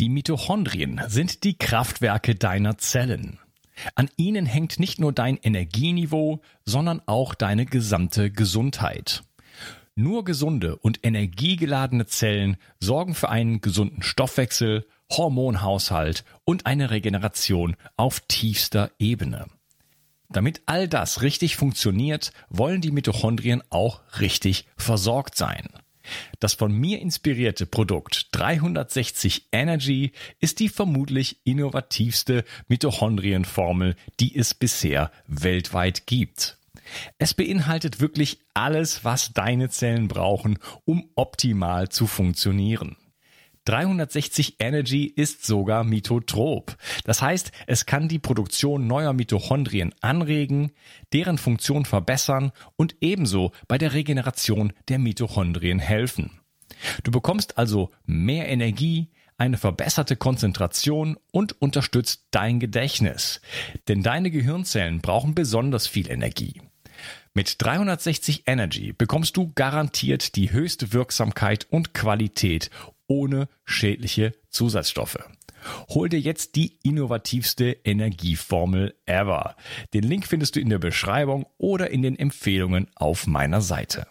Die Mitochondrien sind die Kraftwerke deiner Zellen. An ihnen hängt nicht nur dein Energieniveau, sondern auch deine gesamte Gesundheit. Nur gesunde und energiegeladene Zellen sorgen für einen gesunden Stoffwechsel, Hormonhaushalt und eine Regeneration auf tiefster Ebene. Damit all das richtig funktioniert, wollen die Mitochondrien auch richtig versorgt sein. Das von mir inspirierte Produkt 360 Energy ist die vermutlich innovativste Mitochondrienformel, die es bisher weltweit gibt. Es beinhaltet wirklich alles, was deine Zellen brauchen, um optimal zu funktionieren. 360 Energy ist sogar mitotrop. Das heißt, es kann die Produktion neuer Mitochondrien anregen, deren Funktion verbessern und ebenso bei der Regeneration der Mitochondrien helfen. Du bekommst also mehr Energie, eine verbesserte Konzentration und unterstützt dein Gedächtnis. Denn deine Gehirnzellen brauchen besonders viel Energie. Mit 360 Energy bekommst du garantiert die höchste Wirksamkeit und Qualität ohne schädliche Zusatzstoffe. Hol dir jetzt die innovativste Energieformel ever. Den Link findest du in der Beschreibung oder in den Empfehlungen auf meiner Seite.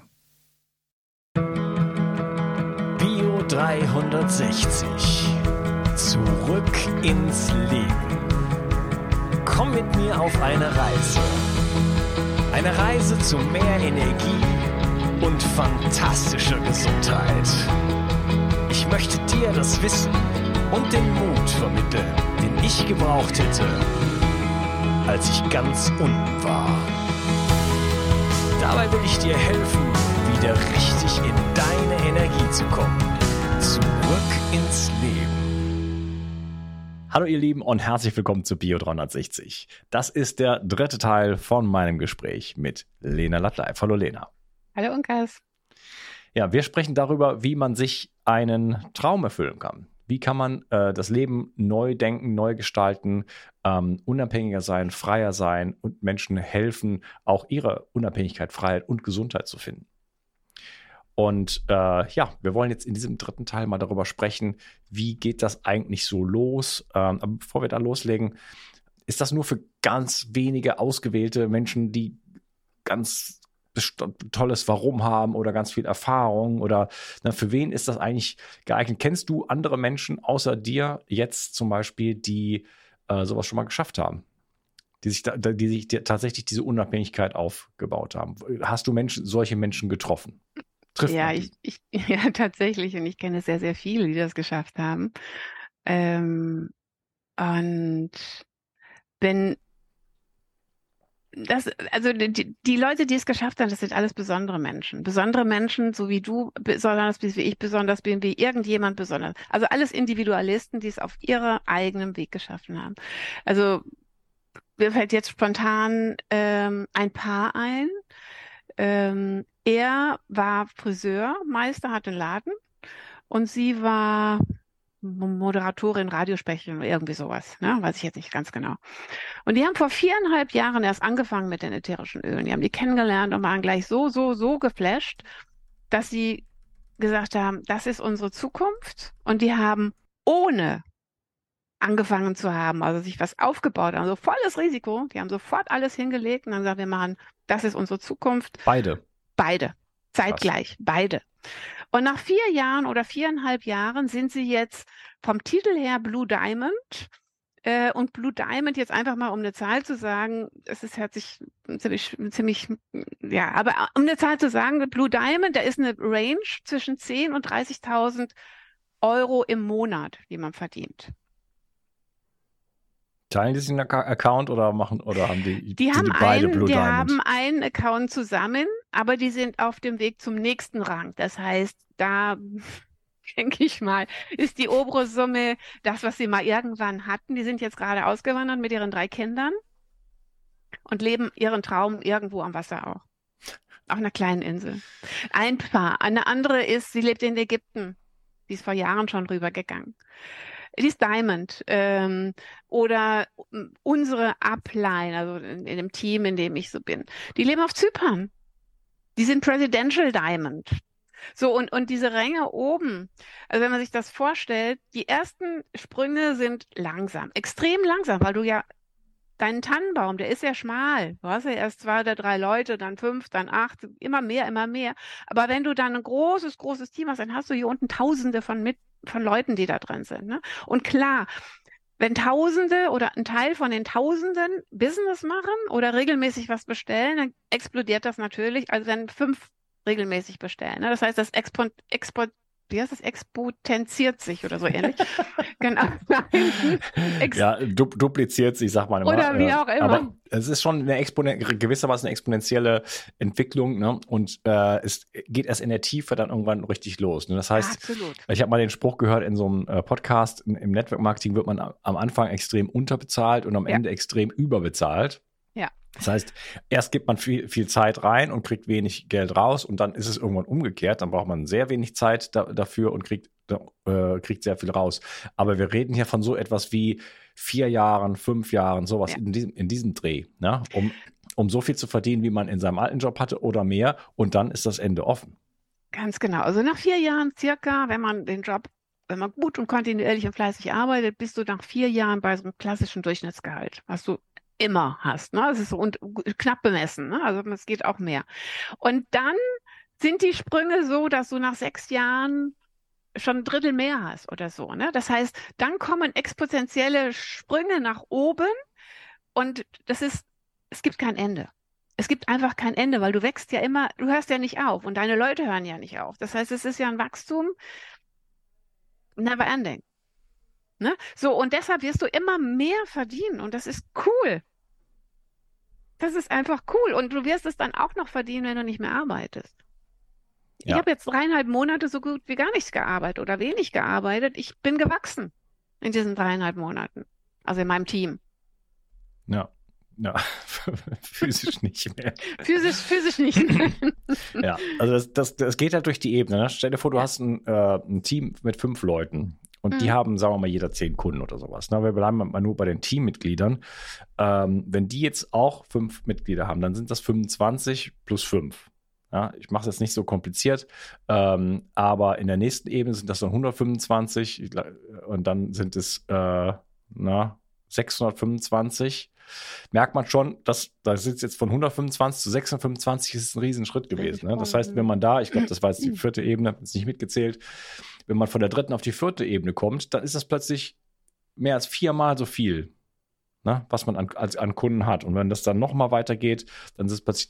Bio 360. Zurück ins Leben. Komm mit mir auf eine Reise. Eine Reise zu mehr Energie und fantastischer Gesundheit. Ich möchte dir das Wissen und den Mut vermitteln, den ich gebraucht hätte, als ich ganz unten war. Dabei will ich dir helfen, wieder richtig in deine Energie zu kommen. Zurück ins Leben. Hallo ihr Lieben und herzlich willkommen zu Bio 360. Das ist der dritte Teil von meinem Gespräch mit Lena Lattleif. Hallo Lena. Hallo Unkas. Ja, wir sprechen darüber, wie man sich einen Traum erfüllen kann. Wie kann man das Leben neu denken, neu gestalten, unabhängiger sein, freier sein und Menschen helfen, auch ihre Unabhängigkeit, Freiheit und Gesundheit zu finden. Und wir wollen jetzt in diesem dritten Teil mal darüber sprechen, wie geht das eigentlich so los? Aber bevor wir da loslegen, ist das nur für ganz wenige ausgewählte Menschen, die ganz tolles Warum haben oder ganz viel Erfahrung oder für wen ist das eigentlich geeignet? Kennst du andere Menschen außer dir jetzt zum Beispiel, die sowas schon mal geschafft haben? Die sich tatsächlich diese Unabhängigkeit aufgebaut haben? Hast du solche Menschen getroffen? Ja, ja, tatsächlich. Und ich kenne sehr, sehr viele, die das geschafft haben. Und wenn die Leute, die es geschafft haben, das sind alles besondere Menschen. Besondere Menschen, so wie du besonders bist, wie ich besonders bin, wie irgendjemand besonders. Also alles Individualisten, die es auf ihrem eigenen Weg geschaffen haben. Also mir fällt jetzt spontan ein Paar ein. Er war Friseurmeister, hatte einen Laden und sie war Moderatorin, Radiosprecherin oder irgendwie sowas, ne? Weiß ich jetzt nicht ganz genau. Und die haben vor 4,5 Jahren erst angefangen mit den ätherischen Ölen. Die haben die kennengelernt und waren gleich so geflasht, dass sie gesagt haben, das ist unsere Zukunft. Und die haben ohne angefangen zu haben, also sich was aufgebaut haben, so volles Risiko. Die haben sofort alles hingelegt und haben gesagt, das ist unsere Zukunft. Beide. Zeitgleich, beide. Und nach 4 Jahren oder 4,5 Jahren sind sie jetzt vom Titel her Blue Diamond. Und Blue Diamond, jetzt einfach mal um eine Zahl zu sagen, hört sich ziemlich, ja, aber um eine Zahl zu sagen, Blue Diamond, da ist eine Range zwischen 10.000 und 30.000 Euro im Monat, die man verdient. Teilen die sich einen Account oder haben die beide Blue Diamond? Die haben einen Account zusammen, aber die sind auf dem Weg zum nächsten Rang. Das heißt, da denke ich mal, ist die obere Summe das, was sie mal irgendwann hatten. Die sind jetzt gerade ausgewandert mit ihren 3 Kindern und leben ihren Traum irgendwo am Wasser auch. Auf einer kleinen Insel. Ein Paar. Eine andere sie lebt in Ägypten. Die ist vor Jahren schon rübergegangen. Die ist Diamond. Oder unsere Upline, also in dem Team, in dem ich so bin. Die leben auf Zypern. Die sind Presidential Diamond. So, und diese Ränge oben, also wenn man sich das vorstellt, die ersten Sprünge sind langsam, extrem langsam, weil du ja deinen Tannenbaum, der ist ja schmal. Du hast ja erst 2 oder 3 Leute, dann 5, dann 8, immer mehr, immer mehr. Aber wenn du dann ein großes, großes Team hast, dann hast du hier unten Tausende von Leuten, die da drin sind. Ne? Und klar, wenn Tausende oder ein Teil von den Tausenden Business machen oder regelmäßig was bestellen, dann explodiert das natürlich. Also wenn 5 regelmäßig bestellen. Ne? Das heißt, wie heißt das? Exponentiert sich oder so ähnlich. Genau. Ja, dupliziert sich, sagt man immer. Oder wie auch immer. Aber es ist schon gewissermaßen eine exponentielle Entwicklung, ne? Und es geht erst in der Tiefe dann irgendwann richtig los. Ne? Das heißt, absolut. Ich habe mal den Spruch gehört in so einem Podcast, im Network Marketing wird man am Anfang extrem unterbezahlt und am Ende extrem überbezahlt. Ja. Das heißt, erst gibt man viel Zeit rein und kriegt wenig Geld raus und dann ist es irgendwann umgekehrt. Dann braucht man sehr wenig Zeit dafür und kriegt sehr viel raus. Aber wir reden hier von so etwas wie 4 Jahren, 5 Jahren, sowas in diesem Dreh, ne? Um so viel zu verdienen, wie man in seinem alten Job hatte oder mehr. Und dann ist das Ende offen. Ganz genau. Also nach 4 Jahren circa, wenn man gut und kontinuierlich und fleißig arbeitet, bist du nach 4 Jahren bei so einem klassischen Durchschnittsgehalt, was du immer hast. Ne? Das ist so knapp bemessen. Ne? Also es geht auch mehr. Und dann sind die Sprünge so, dass du nach 6 Jahren schon ein Drittel mehr hast oder so. Ne? Das heißt, dann kommen exponentielle Sprünge nach oben und es gibt kein Ende. Es gibt einfach kein Ende, weil du wächst ja immer, du hörst ja nicht auf und deine Leute hören ja nicht auf. Das heißt, es ist ja ein Wachstum, never ending. Ne? So, und deshalb wirst du immer mehr verdienen und das ist cool. Das ist einfach cool. Und du wirst es dann auch noch verdienen, wenn du nicht mehr arbeitest. Ich habe jetzt 3,5 Monate so gut wie gar nichts gearbeitet oder wenig gearbeitet. Ich bin gewachsen in diesen 3,5 Monaten. Also in meinem Team. Ja, physisch nicht mehr. Physisch nicht. Ja, also das geht halt durch die Ebene. Ne? Stell dir vor, du hast ein Team mit 5 Leuten. Und die haben, sagen wir mal, jeder 10 Kunden oder sowas. Na, wir bleiben mal nur bei den Teammitgliedern. Wenn die jetzt auch 5 Mitglieder haben, dann sind das 25 plus 5. Ja, ich mache es jetzt nicht so kompliziert, aber in der nächsten Ebene sind das dann 125 und dann sind es 625. Merkt man schon, dass da sind jetzt von 125 zu 625 ist ein Riesenschritt gewesen. Ne? Das heißt, wenn man da, ich glaube, das war jetzt die 4. Ebene, ist nicht mitgezählt, wenn man von der 3. auf die 4. Ebene kommt, dann ist das plötzlich mehr als 4-mal so viel, ne, was man an Kunden hat. Und wenn das dann nochmal weitergeht, dann ist es plötzlich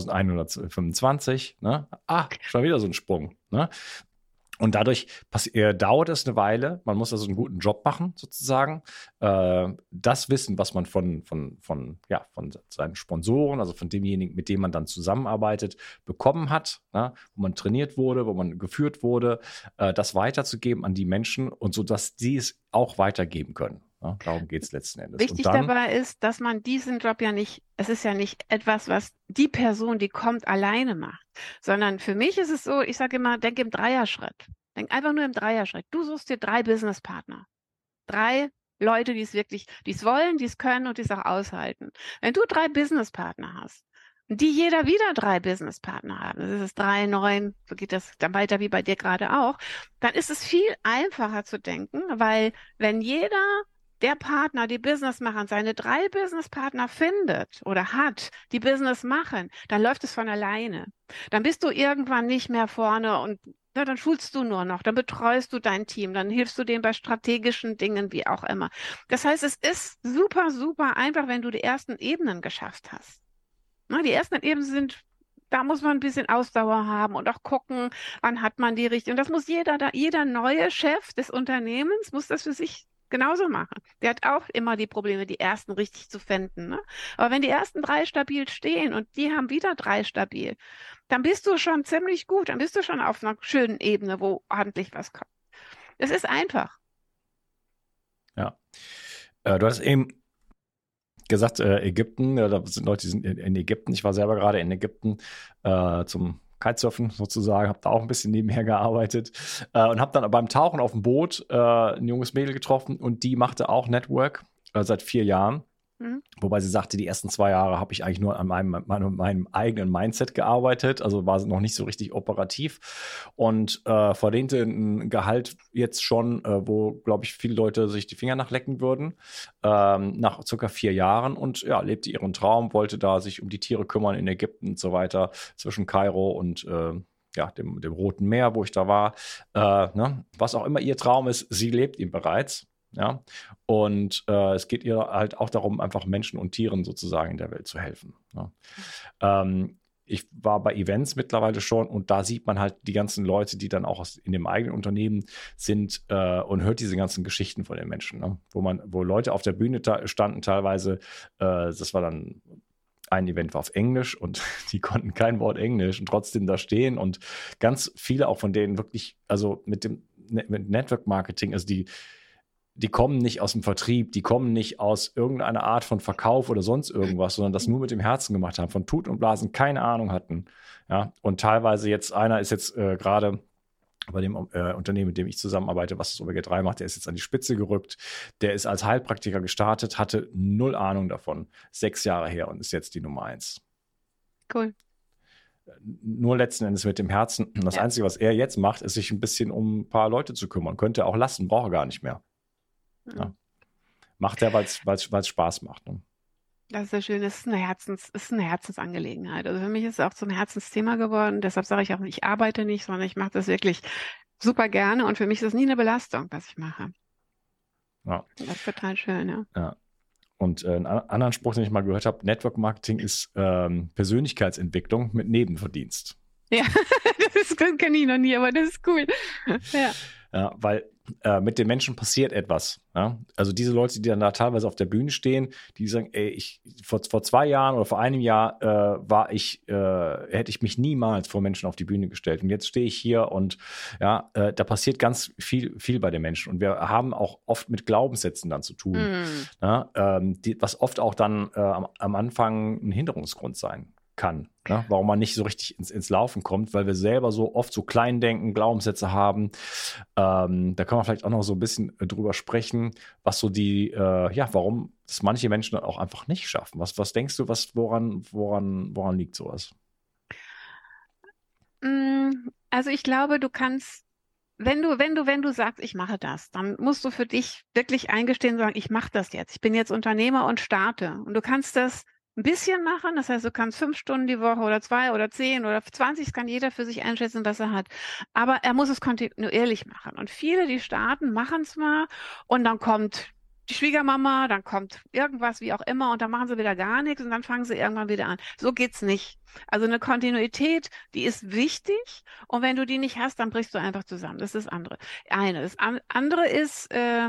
3.125. Ne? Schon wieder so ein Sprung. Ne? Und dadurch dauert es eine Weile. Man muss also einen guten Job machen, sozusagen. Das Wissen, was man von seinen Sponsoren, also von demjenigen, mit dem man dann zusammenarbeitet, bekommen hat, ne, wo man trainiert wurde, wo man geführt wurde, das weiterzugeben an die Menschen und so, dass die es auch weitergeben können. Ja, darum geht es letzten Endes. Wichtig dabei ist, dass man diesen Job es ist ja nicht etwas, was die Person, die kommt, alleine macht, sondern für mich ist es so, ich sage immer, denk im Dreierschritt. Denk einfach nur im Dreierschritt. Du suchst dir 3 Businesspartner. 3 Leute, die es wollen, die es können und die es auch aushalten. Wenn du 3 Businesspartner hast, und die jeder wieder 3 Businesspartner haben, das ist 3, 9, so geht das dann weiter wie bei dir gerade auch, dann ist es viel einfacher zu denken, weil wenn der Partner, die Business machen, seine 3 Businesspartner findet oder hat, die Business machen, dann läuft es von alleine. Dann bist du irgendwann nicht mehr vorne und dann schulst du nur noch, dann betreust du dein Team, dann hilfst du denen bei strategischen Dingen, wie auch immer. Das heißt, es ist super, super einfach, wenn du die ersten Ebenen geschafft hast. Die ersten Ebenen da muss man ein bisschen Ausdauer haben und auch gucken, wann hat man die richtig. Und das muss jeder neue Chef des Unternehmens muss das für sich genauso machen. Der hat auch immer die Probleme, die ersten richtig zu finden. Ne? Aber wenn die ersten 3 stabil stehen und die haben wieder 3 stabil, dann bist du schon ziemlich gut. Dann bist du schon auf einer schönen Ebene, wo ordentlich was kommt. Es ist einfach. Ja. Du hast eben gesagt, Ägypten, da sind Leute, die sind in Ägypten. Ich war selber gerade in Ägypten zum Kitesurfen sozusagen, habe da auch ein bisschen nebenher gearbeitet und habe dann beim Tauchen auf dem Boot ein junges Mädel getroffen und die machte auch Network seit 4 Jahren Mhm. Wobei sie sagte, die ersten 2 Jahre habe ich eigentlich nur an meinem eigenen Mindset gearbeitet, also war sie noch nicht so richtig operativ und verdiente ein Gehalt jetzt schon, wo, glaube ich, viele Leute sich die Finger nachlecken würden, nach circa 4 Jahren und ja, lebte ihren Traum, wollte da sich um die Tiere kümmern in Ägypten und so weiter, zwischen Kairo und ja, dem Roten Meer, wo ich da war. Ne? Was auch immer ihr Traum ist, sie lebt ihn bereits. Ja, und es geht ihr halt auch darum, einfach Menschen und Tieren sozusagen in der Welt zu helfen. Ja. Ich war bei Events mittlerweile schon und da sieht man halt die ganzen Leute, die dann auch in dem eigenen Unternehmen sind und hört diese ganzen Geschichten von den Menschen, ne? Wo Leute auf der Bühne standen teilweise, das war dann ein Event war auf Englisch und die konnten kein Wort Englisch und trotzdem da stehen und ganz viele auch von denen wirklich, also mit Network Marketing, also die kommen nicht aus dem Vertrieb, die kommen nicht aus irgendeiner Art von Verkauf oder sonst irgendwas, sondern das nur mit dem Herzen gemacht haben, von Tut und Blasen keine Ahnung hatten. Ja, und teilweise einer ist jetzt gerade bei dem Unternehmen, mit dem ich zusammenarbeite, was das Omega-3 macht, der ist jetzt an die Spitze gerückt. Der ist als Heilpraktiker gestartet, hatte 0 Ahnung davon, 6 Jahre her und ist jetzt die Nummer 1. Cool. Nur letzten Endes mit dem Herzen. Und das Einzige, was er jetzt macht, ist sich ein bisschen um ein paar Leute zu kümmern. Könnte er auch lassen, braucht er gar nicht mehr. Ja. Macht er, weil es Spaß macht. Ne? Das ist ja schön, es ist eine Herzensangelegenheit. Also für mich ist es auch zum Herzensthema geworden. Deshalb sage ich auch, ich arbeite nicht, sondern ich mache das wirklich super gerne und für mich ist es nie eine Belastung, was ich mache. Ja. Das ist total schön, ja. Ja. Und einen anderen Spruch, den ich mal gehört habe, Network Marketing ist Persönlichkeitsentwicklung mit Nebenverdienst. Ja, das kenne ich noch nie, aber das ist cool. Ja. Ja, weil mit den Menschen passiert etwas. Ja? Also diese Leute, die dann da teilweise auf der Bühne stehen, die sagen, ey, vor 2 Jahren oder vor einem Jahr hätte ich mich niemals vor Menschen auf die Bühne gestellt. Und jetzt stehe ich hier und ja, da passiert ganz viel bei den Menschen. Und wir haben auch oft mit Glaubenssätzen dann zu tun, ja? Was oft auch dann am Anfang ein Hinderungsgrund sein kann, ne? Warum man nicht so richtig ins Laufen kommt, weil wir selber so oft so klein denken, Glaubenssätze haben. Da kann man vielleicht auch noch so ein bisschen drüber sprechen, was so warum das manche Menschen auch einfach nicht schaffen. Was denkst du, woran liegt sowas? Also ich glaube, du kannst, wenn du sagst, ich mache das, dann musst du für dich wirklich eingestehen und sagen, ich mache das jetzt. Ich bin jetzt Unternehmer und starte. Und du kannst das ein bisschen machen, das heißt, du kannst 5 Stunden die Woche oder 2 oder 10 oder 20, das kann jeder für sich einschätzen, was er hat. Aber er muss es kontinuierlich machen. Und viele, die starten, machen es mal und dann kommt die Schwiegermama, dann kommt irgendwas, wie auch immer, und dann machen sie wieder gar nichts und dann fangen sie irgendwann wieder an. So geht's nicht. Also eine Kontinuität, die ist wichtig und wenn du die nicht hast, dann brichst du einfach zusammen. Das ist das andere. Das andere ist,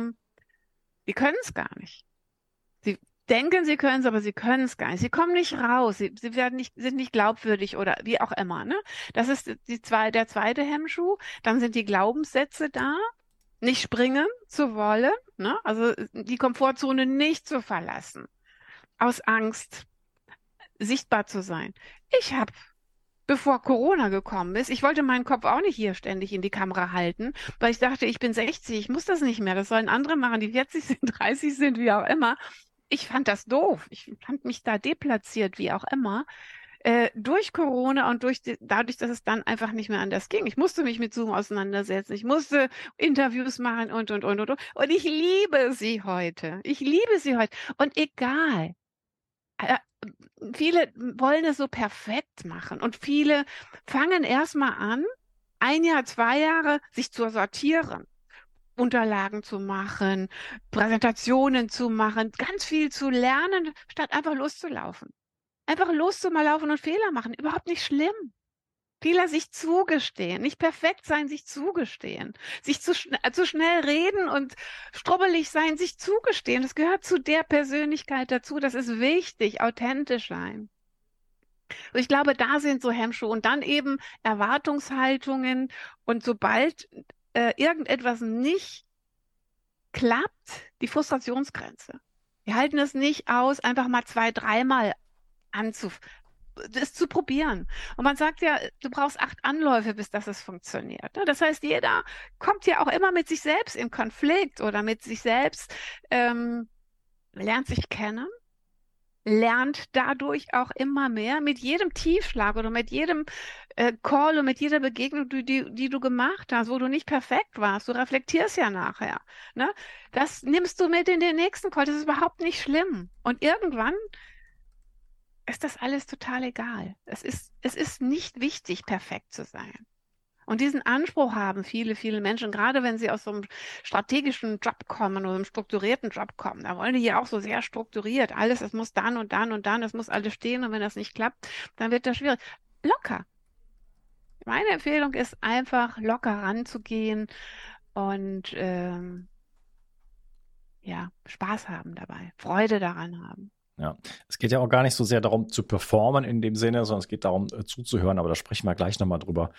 die können es gar nicht. Sie denken, sie können es, aber sie können es gar nicht. Sie kommen nicht raus, sie sind nicht glaubwürdig oder wie auch immer. Ne? Das ist der zweite Hemmschuh. Dann sind die Glaubenssätze da, nicht springen zu wollen, ne? Also die Komfortzone nicht zu verlassen, aus Angst sichtbar zu sein. Bevor Corona gekommen ist, ich wollte meinen Kopf auch nicht hier ständig in die Kamera halten, weil ich dachte, ich bin 60, ich muss das nicht mehr, das sollen andere machen, die 40 sind, 30 sind, wie auch immer. Ich fand das doof. Ich fand mich da deplatziert, wie auch immer. Durch Corona und dadurch, dass es dann einfach nicht mehr anders ging. Ich musste mich mit Zoom auseinandersetzen. Ich musste Interviews machen und. Und ich liebe sie heute. Ich liebe sie heute. Und egal. Viele wollen es so perfekt machen. Und viele fangen erstmal an, 1 Jahr, 2 Jahre, sich zu sortieren. Unterlagen zu machen, Präsentationen zu machen, ganz viel zu lernen, statt einfach loszulaufen. Einfach loszulaufen und Fehler machen, überhaupt nicht schlimm. Fehler sich zugestehen, nicht perfekt sein, sich zugestehen. Sich zu schnell reden und strubbelig sein, sich zugestehen. Das gehört zu der Persönlichkeit dazu, das ist wichtig, authentisch sein. Also ich glaube, da sind so Hemmschuhe und dann eben Erwartungshaltungen und sobald irgendetwas nicht klappt, die Frustrationsgrenze. Wir halten es nicht aus, einfach mal 2, 3 Mal das zu probieren. Und man sagt ja, du brauchst 8 Anläufe, bis das funktioniert. Das heißt, jeder kommt ja auch immer mit sich selbst in Konflikt oder mit sich selbst, lernt sich kennen lernt dadurch auch immer mehr mit jedem Tiefschlag oder mit jedem Call und mit jeder Begegnung, die du gemacht hast, wo du nicht perfekt warst. Du reflektierst ja nachher. Ne? Das nimmst du mit in den nächsten Call. Das ist überhaupt nicht schlimm. Und irgendwann ist das alles total egal. Es ist nicht wichtig, perfekt zu sein. Und diesen Anspruch haben viele, viele Menschen, gerade wenn sie aus so einem strategischen Job kommen oder einem strukturierten Job kommen. Da wollen die ja auch so sehr strukturiert. Alles, es muss dann und dann und dann, es muss alles stehen. Und wenn das nicht klappt, dann wird das schwierig. Locker. Meine Empfehlung ist einfach locker ranzugehen und ja, Spaß haben dabei, Freude daran haben. Ja, es geht ja auch gar nicht so sehr darum zu performen in dem Sinne, sondern es geht darum zuzuhören, aber da sprechen wir gleich nochmal drüber.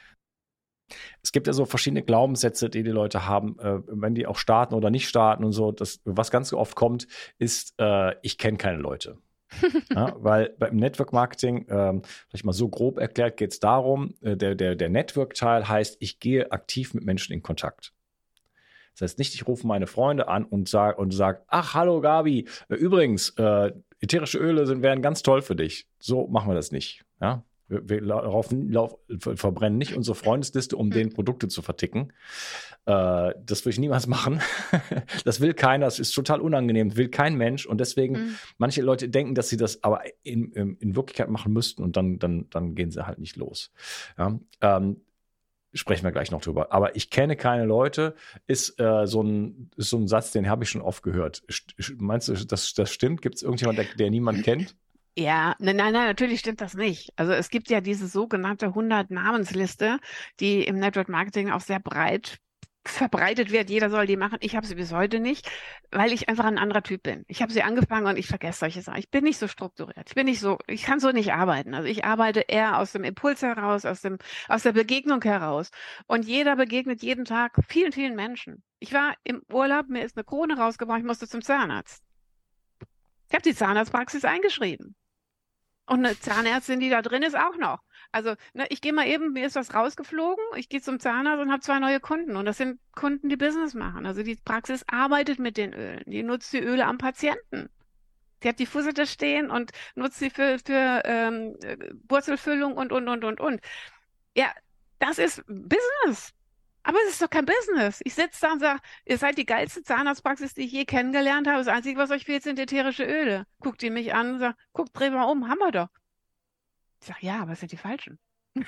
Es gibt ja so verschiedene Glaubenssätze, die Leute haben, wenn die auch starten oder nicht starten und so. Was ganz oft kommt, ist, ich kenne keine Leute. Ja, weil beim Network Marketing, vielleicht mal so grob erklärt, geht es darum, der Network-Teil heißt, ich gehe aktiv mit Menschen in Kontakt. Das heißt nicht, ich rufe meine Freunde an und sag, ach, hallo Gabi, übrigens, ätherische Öle wären ganz toll für dich. So machen wir das nicht. Ja? Wir verbrennen nicht unsere Freundesliste, um denen Produkte zu verticken. Das würde ich niemals machen. Das will keiner, das ist total unangenehm, will kein Mensch. Und deswegen, manche Leute denken, dass sie das aber in Wirklichkeit machen müssten und dann gehen sie halt nicht los. Ja? Sprechen wir gleich noch drüber. Aber ich kenne keine Leute, ist so ein Satz, den habe ich schon oft gehört. Meinst du, das stimmt? Gibt es irgendjemanden, der niemand kennt? Ja, nein, natürlich stimmt das nicht. Also es gibt ja diese sogenannte 100-Namensliste, die im Network Marketing auch sehr breit verbreitet wird. Jeder soll die machen. Ich habe sie bis heute nicht, weil ich einfach ein anderer Typ bin. Ich habe sie angefangen und ich vergesse solche Sachen. Ich bin nicht so strukturiert. Ich kann so nicht arbeiten. Also ich arbeite eher aus dem Impuls heraus, aus der Begegnung heraus. Und jeder begegnet jeden Tag vielen, vielen Menschen. Ich war im Urlaub, mir ist eine Krone rausgebrochen, ich musste zum Zahnarzt. Ich habe die Zahnarztpraxis eingeschrieben. Und eine Zahnärztin, die da drin ist, auch noch. Also ich gehe mal eben, mir ist was rausgeflogen, ich gehe zum Zahnarzt und habe 2 neue Kunden. Und das sind Kunden, die Business machen. Also die Praxis arbeitet mit den Ölen. Die nutzt die Öle am Patienten. Die hat Diffuse da stehen und nutzt sie für Wurzelfüllung und. Ja, das ist Business. Aber es ist doch kein Business. Ich sitze da und sage, ihr seid die geilste Zahnarztpraxis, die ich je kennengelernt habe. Das Einzige, was euch fehlt, sind ätherische Öle. Guckt die mich an und sagt, guck, dreh mal um, haben wir doch. Ich sage, ja, aber es sind die falschen. und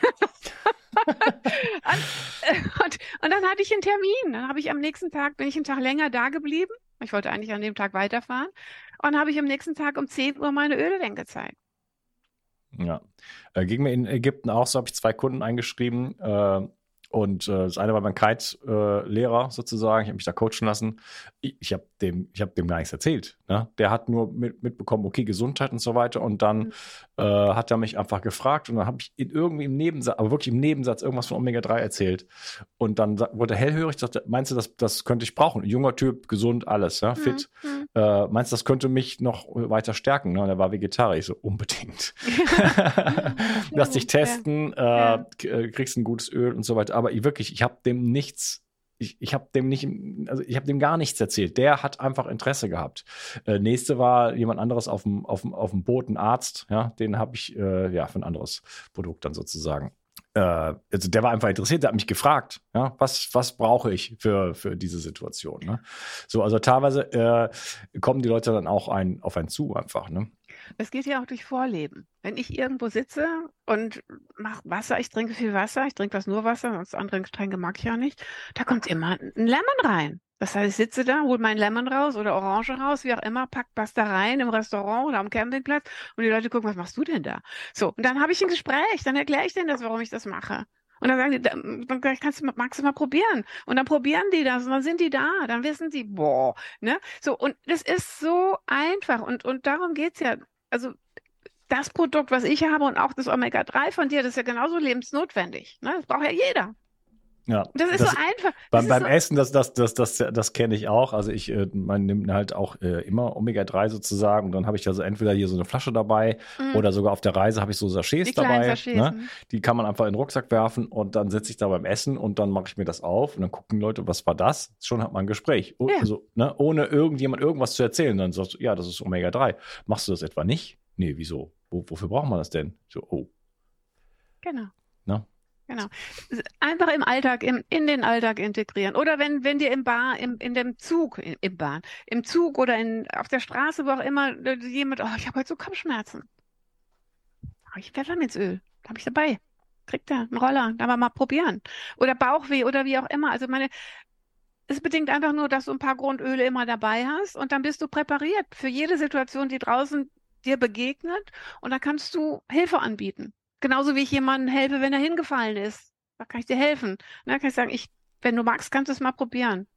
dann hatte ich einen Termin. Dann bin ich einen Tag länger da geblieben. Ich wollte eigentlich an dem Tag weiterfahren. Und dann habe ich am nächsten Tag um 10 Uhr meine Öle dann gezeigt. Ja, ging mir in Ägypten auch so, habe ich 2 Kunden eingeschrieben. Und das eine war mein Kite-Lehrer sozusagen. Ich habe mich da coachen lassen. Ich habe dem gar nichts erzählt. Ne? Der hat nur mitbekommen, okay, Gesundheit und so weiter. Und dann hat er mich einfach gefragt. Und dann habe ich irgendwie im Nebensatz, aber wirklich im Nebensatz, irgendwas von Omega-3 erzählt. Und dann wurde er hellhörig. Ich dachte, meinst du, das könnte ich brauchen? Ein junger Typ, gesund, alles, ja, fit. Meinst du, das könnte mich noch weiter stärken? Ne? Und er war Vegetarier. Ich so, unbedingt. Lass dich testen, kriegst ein gutes Öl und so weiter. Aber ich habe dem dem gar nichts erzählt. Der hat einfach Interesse gehabt. Nächste war jemand anderes auf dem Boot, ein Arzt, ja, den habe ich für ein anderes Produkt dann sozusagen. Also der war einfach interessiert, der hat mich gefragt, ja, was brauche ich für diese Situation. Ne? So, also teilweise kommen die Leute dann auch auf einen zu einfach, ne? Es geht ja auch durch Vorleben. Wenn ich irgendwo sitze und mache Wasser, ich trinke viel Wasser, ich trinke fast nur Wasser, sonst andere Getränke mag ich ja nicht, da kommt immer ein Lemon rein. Das heißt, ich sitze da, hole mein Lemon raus oder Orange raus, wie auch immer, pack was da rein im Restaurant oder am Campingplatz und die Leute gucken, was machst du denn da? So, und dann habe ich ein Gespräch, dann erkläre ich denen das, warum ich das mache. Und dann sagen die, magst du mal probieren? Und dann probieren die das und dann sind die da, dann wissen die, boah, ne? So, und das ist so einfach und darum geht's ja. Also das Produkt, was ich habe und auch das Omega-3 von dir, das ist ja genauso lebensnotwendig. Ne? Das braucht ja jeder. Ja, Das ist so einfach. Beim Essen, das kenne ich auch. Also man nimmt halt auch immer Omega-3 sozusagen und dann habe ich also entweder hier so eine Flasche dabei oder sogar auf der Reise habe ich so Sachets dabei. Ne? Die kann man einfach in den Rucksack werfen und dann sitze ich da beim Essen und dann mache ich mir das auf und dann gucken Leute, was war das? Schon hat man ein Gespräch. Ja. Also, ne, ohne irgendjemand irgendwas zu erzählen. Dann sagst du, ja, das ist Omega-3. Machst du das etwa nicht? Nee, wieso? Wofür braucht man das denn? So, oh. Genau. Ne? Genau. Einfach im Alltag, in den Alltag integrieren. Oder wenn dir im Zug oder auf der Straße, wo auch immer, jemand, oh, ich habe heute so Kopfschmerzen. Habe ich Pfefferminzöl. Habe ich dabei. Kriegt er einen Roller. Da mal probieren. Oder Bauchweh oder wie auch immer. Also es bedingt einfach nur, dass du ein paar Grundöle immer dabei hast und dann bist du präpariert für jede Situation, die draußen dir begegnet und dann kannst du Hilfe anbieten. Genauso wie ich jemandem helfe, wenn er hingefallen ist. Da kann ich dir helfen. Da kann ich sagen, wenn du magst, kannst du es mal probieren.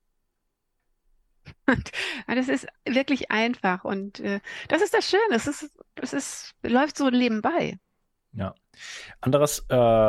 Das ist wirklich einfach und das ist das Schöne. Läuft so nebenbei. Ja. Anderes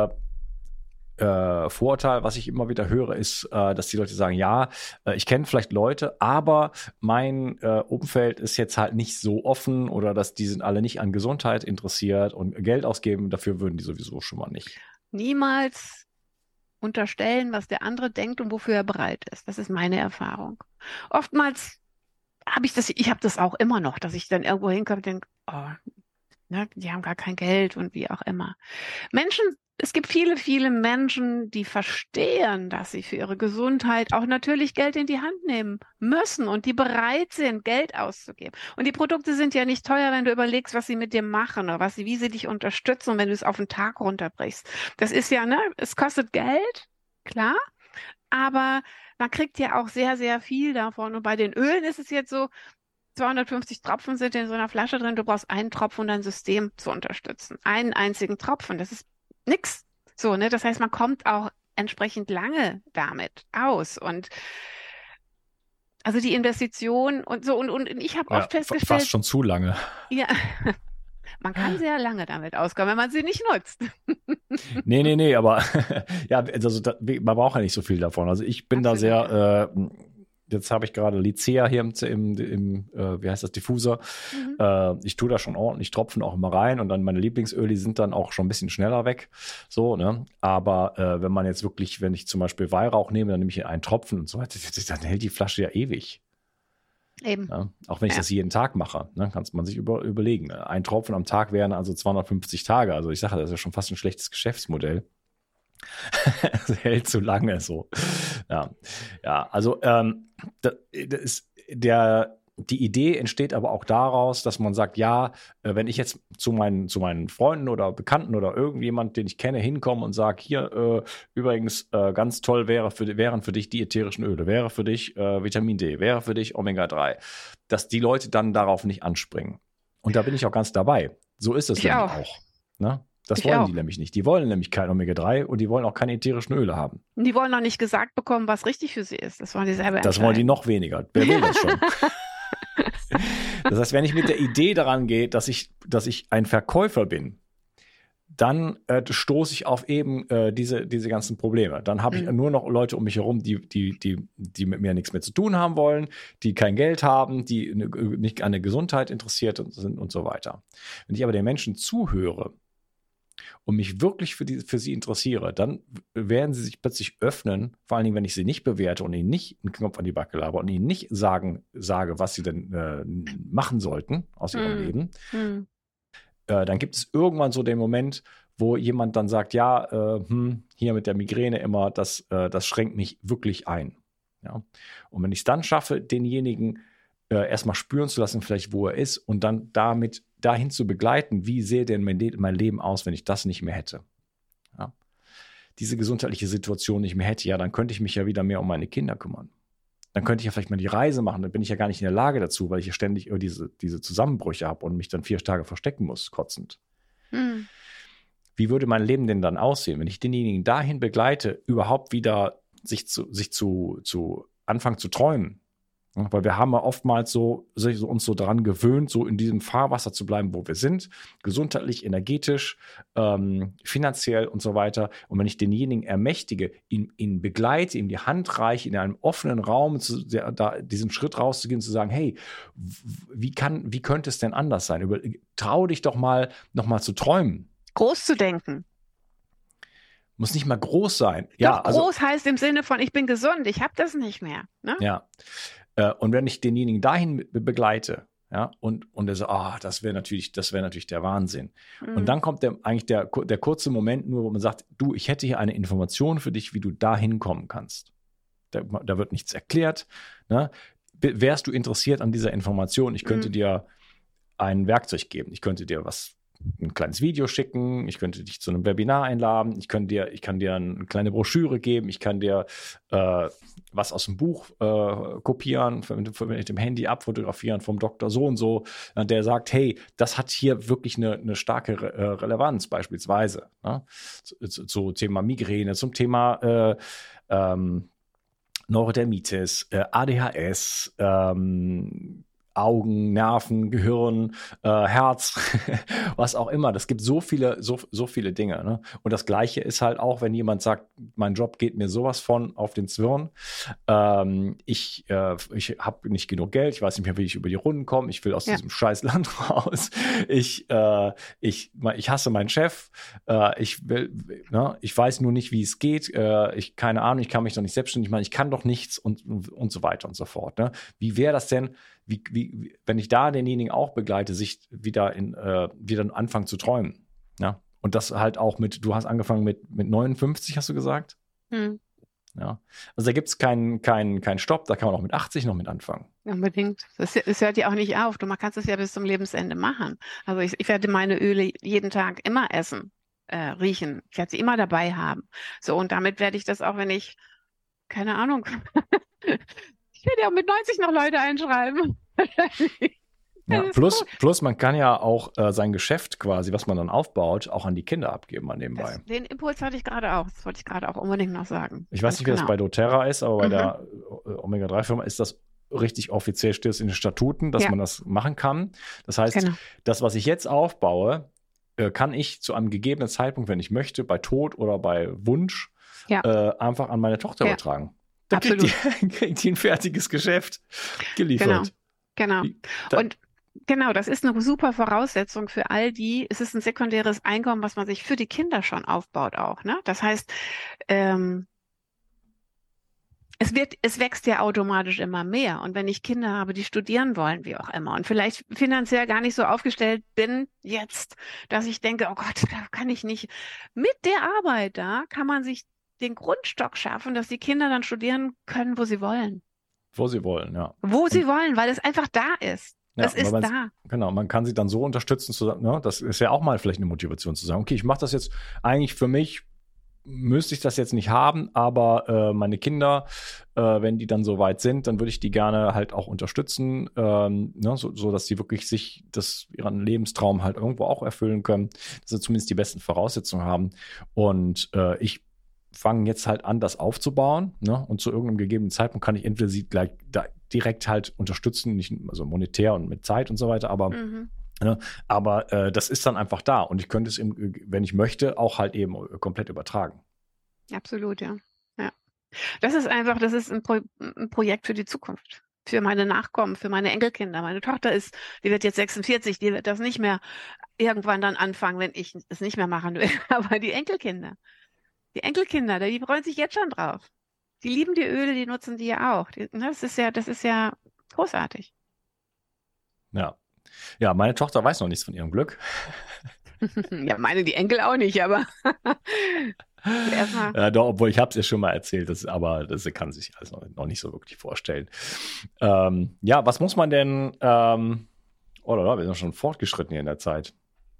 Vorurteil, was ich immer wieder höre, ist, dass die Leute sagen, ja, ich kenne vielleicht Leute, aber mein Umfeld ist jetzt halt nicht so offen oder dass die sind alle nicht an Gesundheit interessiert und Geld ausgeben, dafür würden die sowieso schon mal nicht. Niemals unterstellen, was der andere denkt und wofür er bereit ist. Das ist meine Erfahrung. Oftmals ich habe das auch immer noch, dass ich dann irgendwo hinkomme und denke, oh, ne, die haben gar kein Geld und wie auch immer. Es gibt viele, viele Menschen, die verstehen, dass sie für ihre Gesundheit auch natürlich Geld in die Hand nehmen müssen und die bereit sind, Geld auszugeben. Und die Produkte sind ja nicht teuer, wenn du überlegst, was sie mit dir machen oder wie sie dich unterstützen, wenn du es auf den Tag runterbrichst. Das ist ja, ne, es kostet Geld, klar, aber man kriegt ja auch sehr, sehr viel davon. Und bei den Ölen ist es jetzt so, 250 Tropfen sind in so einer Flasche drin. Du brauchst einen Tropfen, um dein System zu unterstützen. Einen einzigen Tropfen. Das ist nix. So, ne? Das heißt, man kommt auch entsprechend lange damit aus. Und also die Investition und so. Und ich habe oft festgestellt. Fast schon zu lange. Ja. Man kann sehr lange damit auskommen, wenn man sie nicht nutzt. Nee, aber ja, also man braucht ja nicht so viel davon. Also ich bin da sehr, jetzt habe ich gerade Lycea hier im wie heißt das, Diffuser. Ich tue da schon ordentlich Tropfen auch immer rein und dann meine Lieblingsöle sind dann auch schon ein bisschen schneller weg. So, ne? Aber wenn ich zum Beispiel Weihrauch nehme, dann nehme ich einen Tropfen und so weiter, dann hält die Flasche ja ewig. Eben. Ja, auch wenn ich das jeden Tag mache, ne, kann man sich überlegen. Ne? Ein Tropfen am Tag wären also 250 Tage. Also ich sage, das ist ja schon fast ein schlechtes Geschäftsmodell. Das hält zu lange so. Ja, also die Idee entsteht aber auch daraus, dass man sagt, ja, wenn ich jetzt zu meinen Freunden oder Bekannten oder irgendjemand, den ich kenne, hinkomme und sage, hier übrigens ganz toll wären für dich die ätherischen Öle, wäre für dich Vitamin D, wäre für dich Omega-3, dass die Leute dann darauf nicht anspringen. Und da bin ich auch ganz dabei. So ist es nämlich auch. Ne? Das wollen die nämlich nicht. Die wollen nämlich kein Omega-3 und die wollen auch keine ätherischen Öle haben. Die wollen auch nicht gesagt bekommen, was richtig für sie ist. Das wollen die selber entscheiden. Das wollen die noch weniger. Wer will das schon? Das heißt, wenn ich mit der Idee daran gehe, dass ich ein Verkäufer bin, dann stoße ich auf eben diese ganzen Probleme. Dann habe ich nur noch Leute um mich herum, die mit mir nichts mehr zu tun haben wollen, die kein Geld haben, die nicht an der Gesundheit interessiert sind und so weiter. Wenn ich aber den Menschen zuhöre und mich wirklich für sie interessiere, dann werden sie sich plötzlich öffnen, vor allen Dingen, wenn ich sie nicht bewerte und ihnen nicht einen Knopf an die Backe laber und ihnen nicht sage, was sie denn machen sollten aus ihrem Leben. Dann gibt es irgendwann so den Moment, wo jemand dann sagt, ja, hier mit der Migräne immer, das schränkt mich wirklich ein. Ja? Und wenn ich es dann schaffe, denjenigen erstmal spüren zu lassen, vielleicht wo er ist und dann damit dahin zu begleiten, wie sähe denn mein Leben aus, wenn ich das nicht mehr hätte. Ja? Diese gesundheitliche Situation nicht mehr hätte, ja, dann könnte ich mich ja wieder mehr um meine Kinder kümmern. Dann könnte ich ja vielleicht mal die Reise machen, dann bin ich ja gar nicht in der Lage dazu, weil ich ja ständig diese Zusammenbrüche habe und mich dann 4 Tage verstecken muss, kotzend. Wie würde mein Leben denn dann aussehen, wenn ich denjenigen dahin begleite, überhaupt wieder sich zu anfangen zu träumen? Weil wir haben ja oftmals uns so dran gewöhnt, so in diesem Fahrwasser zu bleiben, wo wir sind, gesundheitlich, energetisch, finanziell und so weiter. Und wenn ich denjenigen ermächtige, ihn begleite, ihm die Hand reiche, in einem offenen Raum diesen Schritt rauszugehen und zu sagen, hey, wie könnte es denn anders sein? Trau dich doch noch mal zu träumen. Groß zu denken. Muss nicht mal groß sein. Doch, ja, groß heißt im Sinne von, ich bin gesund, ich habe das nicht mehr. Ne? Ja. Und wenn ich denjenigen dahin begleite, ja, und er sagt, das wäre natürlich der Wahnsinn. Und dann kommt eigentlich der kurze Moment nur, wo man sagt, du, ich hätte hier eine Information für dich, wie du da hinkommen kannst. Da wird nichts erklärt. Ne? Wärst du interessiert an dieser Information? Ich könnte dir ein Werkzeug geben. Ich könnte dir ein kleines Video schicken, ich könnte dich zu einem Webinar einladen, ich kann dir eine kleine Broschüre geben, ich kann dir was aus dem Buch kopieren, mit dem Handy abfotografieren vom Doktor so und so, der sagt, hey, das hat hier wirklich eine starke Relevanz beispielsweise, ne? Zu Thema Migräne, zum Thema Neurodermitis, ADHS, Augen, Nerven, Gehirn, Herz, was auch immer. Das gibt so viele Dinge. Ne? Und das Gleiche ist halt auch, wenn jemand sagt, mein Job geht mir sowas von auf den Zwirn. Ich habe nicht genug Geld, ich weiß nicht mehr, wie ich über die Runden komme, ich will aus diesem scheiß Land raus. Ich hasse meinen Chef. Ich weiß nur nicht, wie es geht. Keine Ahnung, ich kann mich doch nicht selbstständig machen, ich kann doch nichts und so weiter und so fort. Ne? Wie wäre das denn, wenn ich da denjenigen auch begleite, sich wieder anfangen zu träumen. Ja? Und das halt auch du hast angefangen mit 59, hast du gesagt? Ja. Also da gibt es keinen Stopp, da kann man auch mit 80 noch mit anfangen. Unbedingt. Es hört ja auch nicht auf. Man kannst es ja bis zum Lebensende machen. Also ich werde meine Öle jeden Tag immer essen, riechen. Ich werde sie immer dabei haben. So, und damit werde ich das auch, wenn ich, keine Ahnung, ich werde ja auch mit 90 noch Leute einschreiben. Ja, plus man kann ja auch sein Geschäft quasi, was man dann aufbaut, auch an die Kinder abgeben mal nebenbei. Den Impuls hatte ich gerade auch. Das wollte ich gerade auch unbedingt noch sagen. Ich weiß nicht, wie das bei doTERRA ist, aber bei der Omega-3-Firma ist das richtig offiziell, steht es in den Statuten, dass man das machen kann. Das heißt, das, was ich jetzt aufbaue, kann ich zu einem gegebenen Zeitpunkt, wenn ich möchte, bei Tod oder bei Wunsch, einfach an meine Tochter übertragen. Da kriegt die ein fertiges Geschäft geliefert. Genau. Und genau, das ist eine super Voraussetzung für all die. Es ist ein sekundäres Einkommen, was man sich für die Kinder schon aufbaut auch. Ne? Das heißt, es wächst ja automatisch immer mehr. Und wenn ich Kinder habe, die studieren wollen, wie auch immer, und vielleicht finanziell gar nicht so aufgestellt bin jetzt, dass ich denke, oh Gott, da kann ich nicht. Mit der Arbeit da kann man sich den Grundstock schaffen, dass die Kinder dann studieren können, wo sie wollen. Wo sie wollen, ja. Wo sie wollen, weil es einfach da ist. Ja, das ist da. Genau, man kann sie dann so unterstützen, das ist ja auch mal vielleicht eine Motivation zu sagen, okay, ich mache das jetzt eigentlich für mich, müsste ich das jetzt nicht haben, aber meine Kinder, wenn die dann so weit sind, dann würde ich die gerne halt auch unterstützen, so dass sie wirklich ihren Lebenstraum halt irgendwo auch erfüllen können, dass sie zumindest die besten Voraussetzungen haben. Und ich fange jetzt halt an, das aufzubauen, ne? Und zu irgendeinem gegebenen Zeitpunkt kann ich entweder sie gleich direkt halt unterstützen, nicht also monetär und mit Zeit und so weiter, aber das ist dann einfach da und ich könnte es, wenn ich möchte, auch halt eben komplett übertragen. Absolut, ja. Das ist ein Projekt für die Zukunft, für meine Nachkommen, für meine Enkelkinder. Meine Tochter die wird jetzt 46, die wird das nicht mehr irgendwann dann anfangen, wenn ich es nicht mehr machen will, aber die Enkelkinder, die freuen sich jetzt schon drauf. Die lieben die Öle, die nutzen die ja auch. Das ist ja großartig. Ja, meine Tochter weiß noch nichts von ihrem Glück. Ja, die Enkel auch nicht, aber erstmal. Ja, doch, obwohl ich habe es ihr schon mal erzählt, aber das kann sich also noch nicht so wirklich vorstellen. Was muss man denn, wir sind schon fortgeschritten hier in der Zeit.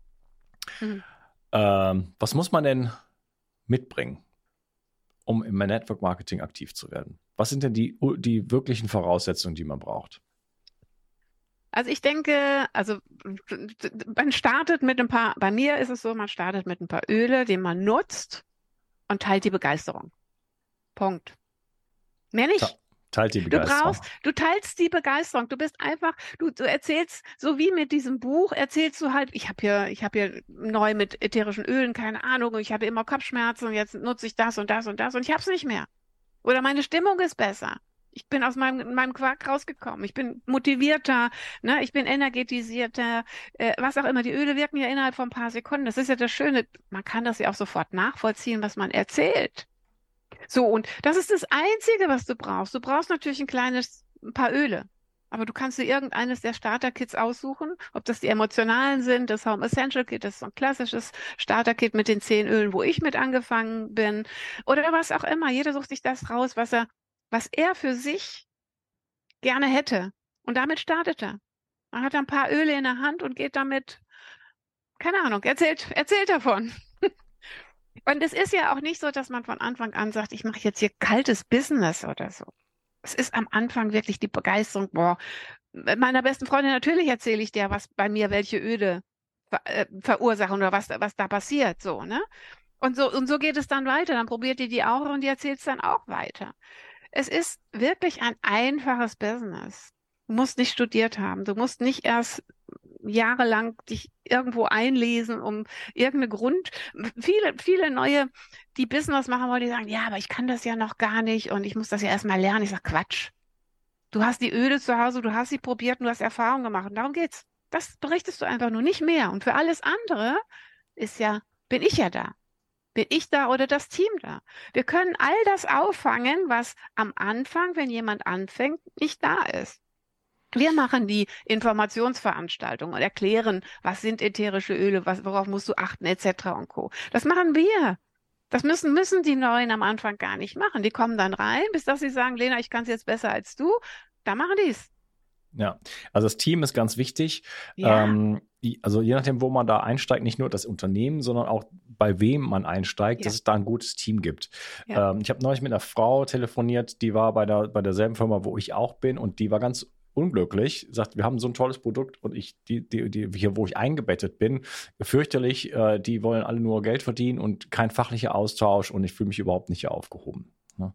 Was muss man denn mitbringen, um im Network Marketing aktiv zu werden? Was sind denn die wirklichen Voraussetzungen, die man braucht? Also ich denke, man startet mit bei mir ist es so, man startet mit ein paar Öle, die man nutzt und teilt die Begeisterung. Punkt. Mehr nicht. Teilt die Begeisterung. Du teilst die Begeisterung. Du bist einfach, du erzählst, so wie mit diesem Buch, erzählst du halt, ich habe hier neu mit ätherischen Ölen, keine Ahnung, und ich habe immer Kopfschmerzen und jetzt nutze ich das und das und das und ich habe es nicht mehr. Oder meine Stimmung ist besser. Ich bin aus meinem Quark rausgekommen. Ich bin motivierter, ne? Ich bin energetisierter, was auch immer. Die Öle wirken ja innerhalb von ein paar Sekunden. Das ist ja das Schöne. Man kann das ja auch sofort nachvollziehen, was man erzählt. So, und das ist das Einzige, was du brauchst. Du brauchst natürlich ein paar Öle. Aber du kannst dir irgendeines der Starter-Kits aussuchen, ob das die emotionalen sind, das Home Essential Kit, das ist so ein klassisches Starter-Kit mit den 10 Ölen, wo ich mit angefangen bin, oder was auch immer. Jeder sucht sich das raus, was er für sich gerne hätte. Und damit startet er. Man hat ein paar Öle in der Hand und geht damit, keine Ahnung, erzählt davon. Und es ist ja auch nicht so, dass man von Anfang an sagt, ich mache jetzt hier kaltes Business oder so. Es ist am Anfang wirklich die Begeisterung, boah, mit meiner besten Freundin natürlich erzähle ich dir, was bei mir welche Öle verursachen oder was da passiert, so, ne? Und so geht es dann weiter. Dann probiert ihr die auch und die erzählt es dann auch weiter. Es ist wirklich ein einfaches Business. Du musst nicht studiert haben. Du musst nicht erst jahrelang dich irgendwo einlesen, um viele neue, die Business machen wollen, die sagen, ja, aber ich kann das ja noch gar nicht und ich muss das ja erstmal lernen. Ich sage, Quatsch. Du hast die Öle zu Hause, du hast sie probiert und du hast Erfahrung gemacht. Und darum geht's. Das berichtest du einfach nur, nicht mehr. Und für alles andere bin ich ja da. Bin ich da oder das Team da? Wir können all das auffangen, was am Anfang, wenn jemand anfängt, nicht da ist. Wir machen die Informationsveranstaltung und erklären, was sind ätherische Öle, worauf musst du achten, etc. und Co. Das machen wir. Das müssen die Neuen am Anfang gar nicht machen. Die kommen dann rein, bis dass sie sagen, Lena, ich kann es jetzt besser als du. Da machen die es. Ja, also das Team ist ganz wichtig. Ja. Also je nachdem, wo man da einsteigt, nicht nur das Unternehmen, sondern auch bei wem man einsteigt, dass es da ein gutes Team gibt. Ja. Ich habe neulich mit einer Frau telefoniert, die war bei derselben Firma, wo ich auch bin, und die war ganz unglücklich, sagt, wir haben so ein tolles Produkt und die hier, wo ich eingebettet bin, fürchterlich, die wollen alle nur Geld verdienen und kein fachlicher Austausch und ich fühle mich überhaupt nicht hier aufgehoben. Ne?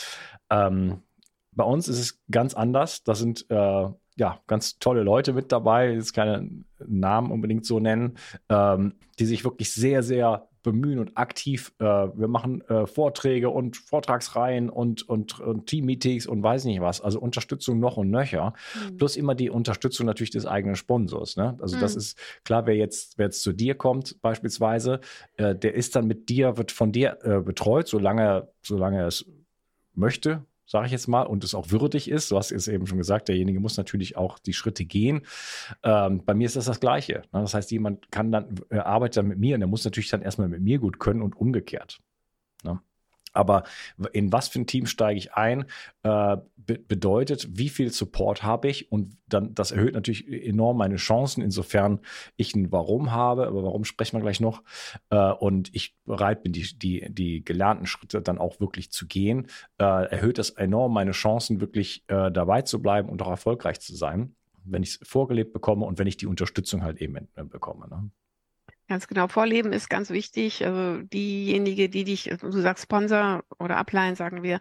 Bei uns ist es ganz anders. Da sind ganz tolle Leute mit dabei, ich will jetzt keine Namen unbedingt so nennen, die sich wirklich sehr, sehr bemühen und aktiv, wir machen Vorträge und Vortragsreihen und Team-Meetings und weiß nicht was, also Unterstützung noch und nöcher, plus immer die Unterstützung natürlich des eigenen Sponsors, ne? Also das ist klar, wer jetzt zu dir kommt beispielsweise, der ist dann mit dir, wird von dir betreut, solange er es möchte, sage ich jetzt mal, und es auch würdig ist. Du hast es eben schon gesagt, derjenige muss natürlich auch die Schritte gehen. Bei mir ist das Gleiche. Ne? Das heißt, jemand arbeitet dann mit mir und der muss natürlich dann erstmal mit mir gut können und umgekehrt. Ne? Aber in was für ein Team steige ich ein, bedeutet, wie viel Support habe ich, und dann, das erhöht natürlich enorm meine Chancen, insofern ich ein Warum habe, aber warum sprechen wir gleich noch, und ich bereit bin, die gelernten Schritte dann auch wirklich zu gehen, erhöht das enorm meine Chancen, wirklich dabei zu bleiben und auch erfolgreich zu sein, wenn ich es vorgelebt bekomme und wenn ich die Unterstützung halt eben bekomme. Ne? Ganz genau. Vorleben ist ganz wichtig. Also diejenige, die dich, du sagst Sponsor oder Upline, sagen wir,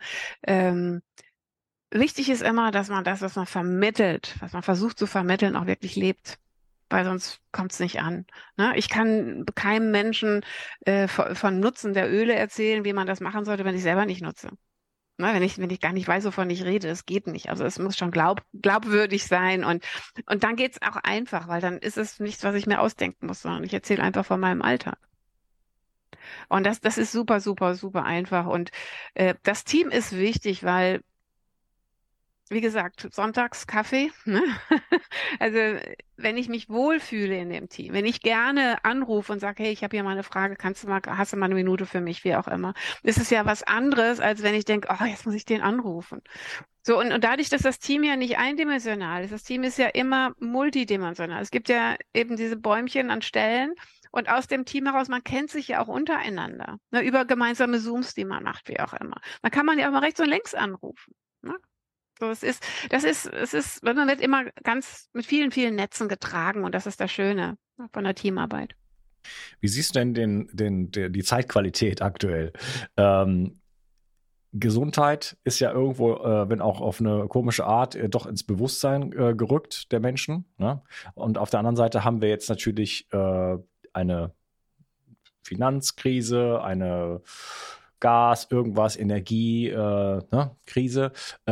wichtig ist immer, dass man das, was man vermittelt, was man versucht zu vermitteln, auch wirklich lebt. Weil sonst kommt es nicht an. Ne? Ich kann keinem Menschen von Nutzen der Öle erzählen, wie man das machen sollte, wenn ich selber nicht nutze. Ne, wenn ich gar nicht weiß, wovon ich rede, das geht nicht. Also es muss schon glaubwürdig sein und dann geht's auch einfach, weil dann ist es nichts, was ich mir ausdenken muss, sondern ich erzähle einfach von meinem Alltag. Und das ist super, super, super einfach. Und das Team ist wichtig, weil, wie gesagt, sonntags Kaffee, ne? Also wenn ich mich wohlfühle in dem Team, wenn ich gerne anrufe und sage, hey, ich habe hier mal eine Frage, hast du mal eine Minute für mich, wie auch immer, ist es ja was anderes, als wenn ich denke, oh, jetzt muss ich den anrufen. So, und dadurch, dass das Team ja nicht eindimensional ist, das Team ist ja immer multidimensional. Es gibt ja eben diese Bäumchen an Stellen und aus dem Team heraus, man kennt sich ja auch untereinander, ne, über gemeinsame Zooms, die man macht, wie auch immer. Dann kann man ja auch mal rechts und links anrufen, ne? So, es ist, man wird immer ganz mit vielen, vielen Netzen getragen und das ist das Schöne von der Teamarbeit. Wie siehst du denn die Zeitqualität aktuell? Gesundheit ist ja irgendwo, wenn auch auf eine komische Art, doch ins Bewusstsein gerückt der Menschen. Ne? Und auf der anderen Seite haben wir jetzt natürlich eine Finanzkrise, eine Gas, irgendwas, Energie, Krise.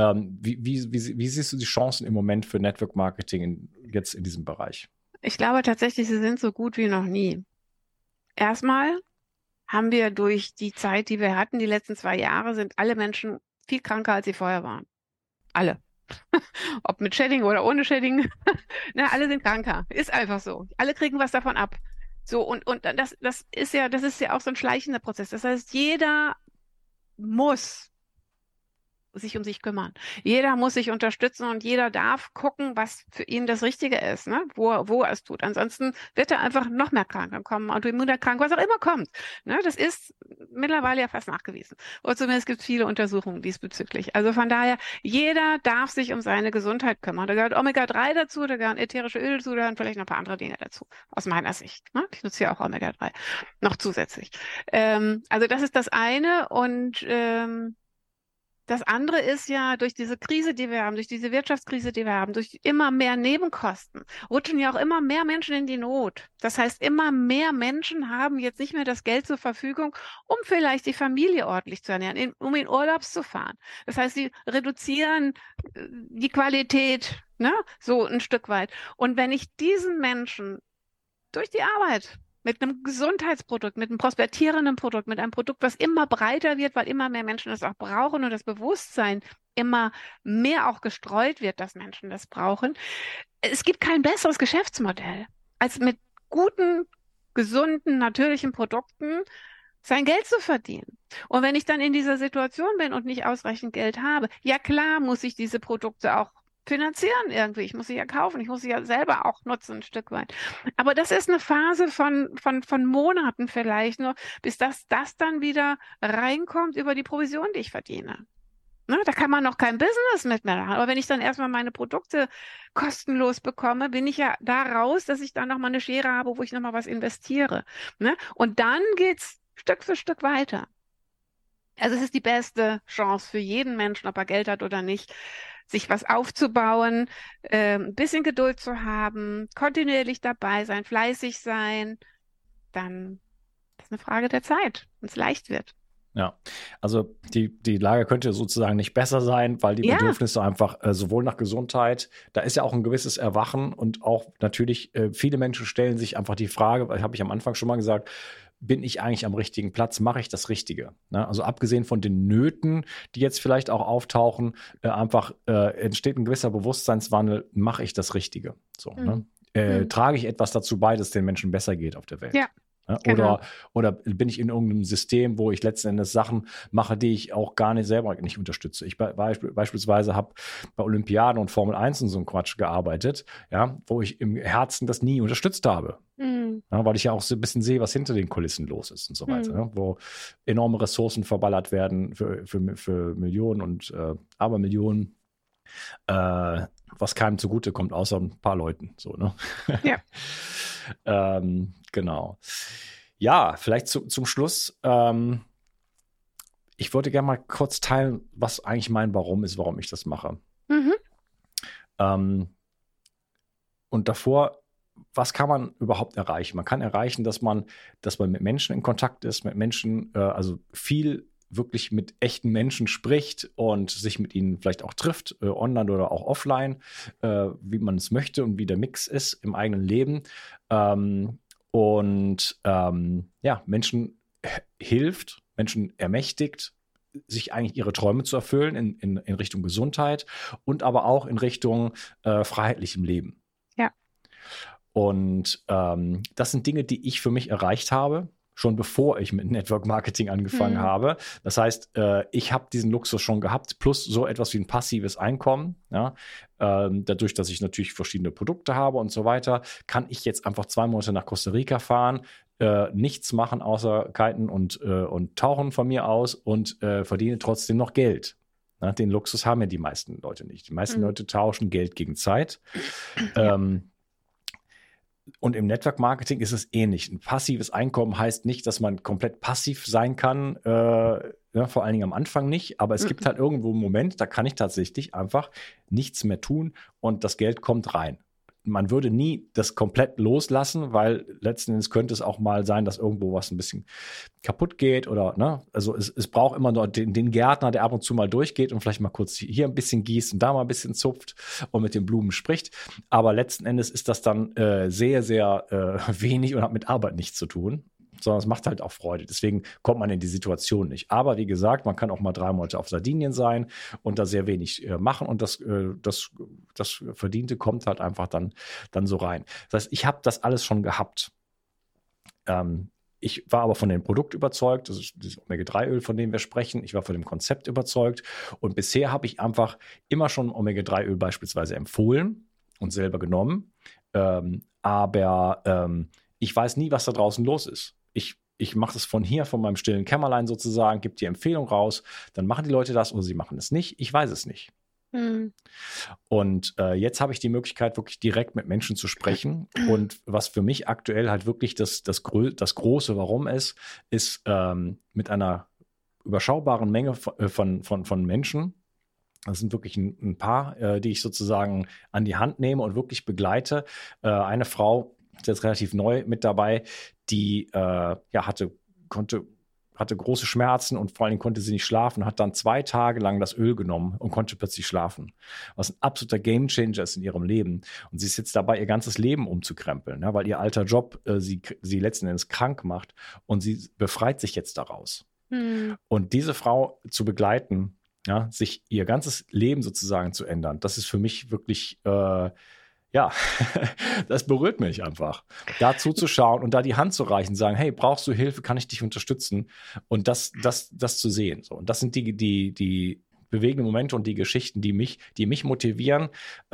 Wie siehst du die Chancen im Moment für Network Marketing jetzt in diesem Bereich? Ich glaube tatsächlich, sie sind so gut wie noch nie. Erstmal haben wir durch die Zeit, die wir hatten, die letzten 2 Jahre, sind alle Menschen viel kranker, als sie vorher waren. Alle. Ob mit Shedding oder ohne Shedding. Na, alle sind kranker. Ist einfach so. Alle kriegen was davon ab. So, und das ist ja auch so ein schleichender Prozess. Das heißt, jeder muss sich um sich kümmern. Jeder muss sich unterstützen und jeder darf gucken, was für ihn das Richtige ist, ne? Wo er es tut. Ansonsten wird er einfach noch mehr krank, dann kommen Autoimmunerkrankungen, was auch immer kommt. Ne? Das ist mittlerweile ja fast nachgewiesen. Oder zumindest gibt es viele Untersuchungen diesbezüglich. Also von daher, jeder darf sich um seine Gesundheit kümmern. Da gehört Omega-3 dazu, da gehören ätherische Öle dazu, da gehören vielleicht noch ein paar andere Dinge dazu, aus meiner Sicht. Ne? Ich nutze ja auch Omega-3 noch zusätzlich. Also das ist das eine und das andere ist ja, durch diese Krise, die wir haben, durch diese Wirtschaftskrise, die wir haben, durch immer mehr Nebenkosten, rutschen ja auch immer mehr Menschen in die Not. Das heißt, immer mehr Menschen haben jetzt nicht mehr das Geld zur Verfügung, um vielleicht die Familie ordentlich zu ernähren, um in Urlaubs zu fahren. Das heißt, sie reduzieren die Qualität, ne, so ein Stück weit. Und wenn ich diesen Menschen durch die Arbeit mit einem Gesundheitsprodukt, mit einem prosperierenden Produkt, mit einem Produkt, was immer breiter wird, weil immer mehr Menschen das auch brauchen und das Bewusstsein immer mehr auch gestreut wird, dass Menschen das brauchen. Es gibt kein besseres Geschäftsmodell, als mit guten, gesunden, natürlichen Produkten sein Geld zu verdienen. Und wenn ich dann in dieser Situation bin und nicht ausreichend Geld habe, ja klar muss ich diese Produkte auch finanzieren irgendwie. Ich muss sie ja kaufen, ich muss sie ja selber auch nutzen, ein Stück weit. Aber das ist eine Phase von Monaten vielleicht nur, bis das dann wieder reinkommt über die Provision, die ich verdiene. Ne, da kann man noch kein Business mit mehr machen. Aber wenn ich dann erstmal meine Produkte kostenlos bekomme, bin ich ja da raus, dass ich dann nochmal eine Schere habe, wo ich nochmal was investiere. Ne? Und dann geht's Stück für Stück weiter. Also es ist die beste Chance für jeden Menschen, ob er Geld hat oder nicht, sich was aufzubauen, ein bisschen Geduld zu haben, kontinuierlich dabei sein, fleißig sein, dann ist eine Frage der Zeit, wenn es leicht wird. Ja, also die Lage könnte sozusagen nicht besser sein, weil die Bedürfnisse einfach sowohl nach Gesundheit, da ist ja auch ein gewisses Erwachen und auch natürlich viele Menschen stellen sich einfach die Frage, weil habe ich am Anfang schon mal gesagt, bin ich eigentlich am richtigen Platz, mache ich das Richtige? Ne? Also abgesehen von den Nöten, die jetzt vielleicht auch auftauchen, einfach entsteht ein gewisser Bewusstseinswandel, mache ich das Richtige? So, ne? Trage ich etwas dazu bei, dass es den Menschen besser geht auf der Welt? Ja. Ja, Genau. oder bin ich in irgendeinem System, wo ich letzten Endes Sachen mache, die ich auch gar nicht selber nicht unterstütze. Ich beispielsweise habe bei Olympiaden und Formel 1 und so einem Quatsch gearbeitet, ja, wo ich im Herzen das nie unterstützt habe. Ja, weil ich ja auch so ein bisschen sehe, was hinter den Kulissen los ist und so weiter. Ja, wo enorme Ressourcen verballert werden für Millionen und Abermillionen, was keinem zugute kommt, außer ein paar Leuten. So, ne? Ja. Genau. Ja, vielleicht zum Schluss. Ich wollte gerne mal kurz teilen, was eigentlich mein Warum ist, warum ich das mache. Und davor, was kann man überhaupt erreichen? Man kann erreichen, dass man mit Menschen in Kontakt ist, mit Menschen, also viel wirklich mit echten Menschen spricht und sich mit ihnen vielleicht auch trifft, online oder auch offline, wie man es möchte und wie der Mix ist im eigenen Leben. Menschen hilft, Menschen ermächtigt, sich eigentlich ihre Träume zu erfüllen in Richtung Gesundheit und aber auch in Richtung freiheitlichem Leben. Ja. Und das sind Dinge, die ich für mich erreicht habe, schon bevor ich mit Network Marketing angefangen habe. Das heißt, ich habe diesen Luxus schon gehabt, plus so etwas wie ein passives Einkommen. Ja? Dadurch, dass ich natürlich verschiedene Produkte habe und so weiter, kann ich jetzt einfach 2 Monate nach Costa Rica fahren, nichts machen außer Kiten und Tauchen von mir aus und verdiene trotzdem noch Geld. Ja? Den Luxus haben ja die meisten Leute nicht. Die meisten Leute tauschen Geld gegen Zeit. Und im Network Marketing ist es ähnlich. Ein passives Einkommen heißt nicht, dass man komplett passiv sein kann Ja, vor allen Dingen am Anfang nicht, aber es gibt halt irgendwo einen Moment, da kann ich tatsächlich einfach nichts mehr tun und das Geld kommt rein. Man würde nie das komplett loslassen, weil letzten Endes könnte es auch mal sein, dass irgendwo was ein bisschen kaputt geht oder, ne, also es braucht immer noch den Gärtner, der ab und zu mal durchgeht und vielleicht mal kurz hier ein bisschen gießt und da mal ein bisschen zupft und mit den Blumen spricht. Aber letzten Endes ist das dann sehr, sehr wenig und hat mit Arbeit nichts zu tun, sondern es macht halt auch Freude. Deswegen kommt man in die Situation nicht. Aber wie gesagt, man kann auch mal 3 Monate auf Sardinien sein und da sehr wenig machen und das Verdiente kommt halt einfach dann so rein. Das heißt, ich habe das alles schon gehabt. Ich war aber von dem Produkt überzeugt, das ist dieses Omega-3-Öl, von dem wir sprechen. Ich war von dem Konzept überzeugt und bisher habe ich einfach immer schon Omega-3-Öl beispielsweise empfohlen und selber genommen. Aber ich weiß nie, was da draußen los ist. Ich mache das von hier, von meinem stillen Kämmerlein sozusagen, gebe die Empfehlung raus, dann machen die Leute das oder sie machen es nicht. Ich weiß es nicht. Und jetzt habe ich die Möglichkeit, wirklich direkt mit Menschen zu sprechen. Und was für mich aktuell halt wirklich das große Warum ist mit einer überschaubaren Menge von Menschen. Das sind wirklich ein paar, die ich sozusagen an die Hand nehme und wirklich begleite. Eine Frau ist jetzt relativ neu mit dabei, die hatte große Schmerzen und vor allem konnte sie nicht schlafen, hat dann 2 Tage lang das Öl genommen und konnte plötzlich schlafen. Was ein absoluter Gamechanger ist in ihrem Leben. Und sie ist jetzt dabei, ihr ganzes Leben umzukrempeln, ne, weil ihr alter Job sie letzten Endes krank macht und sie befreit sich jetzt daraus. Und diese Frau zu begleiten, ja, sich ihr ganzes Leben sozusagen zu ändern, das ist für mich wirklich das berührt mich einfach, da zuzuschauen und da die Hand zu reichen, sagen, hey, brauchst du Hilfe, kann ich dich unterstützen? Und das zu sehen. So. Und das sind die bewegenden Momente und die Geschichten, die mich motivieren,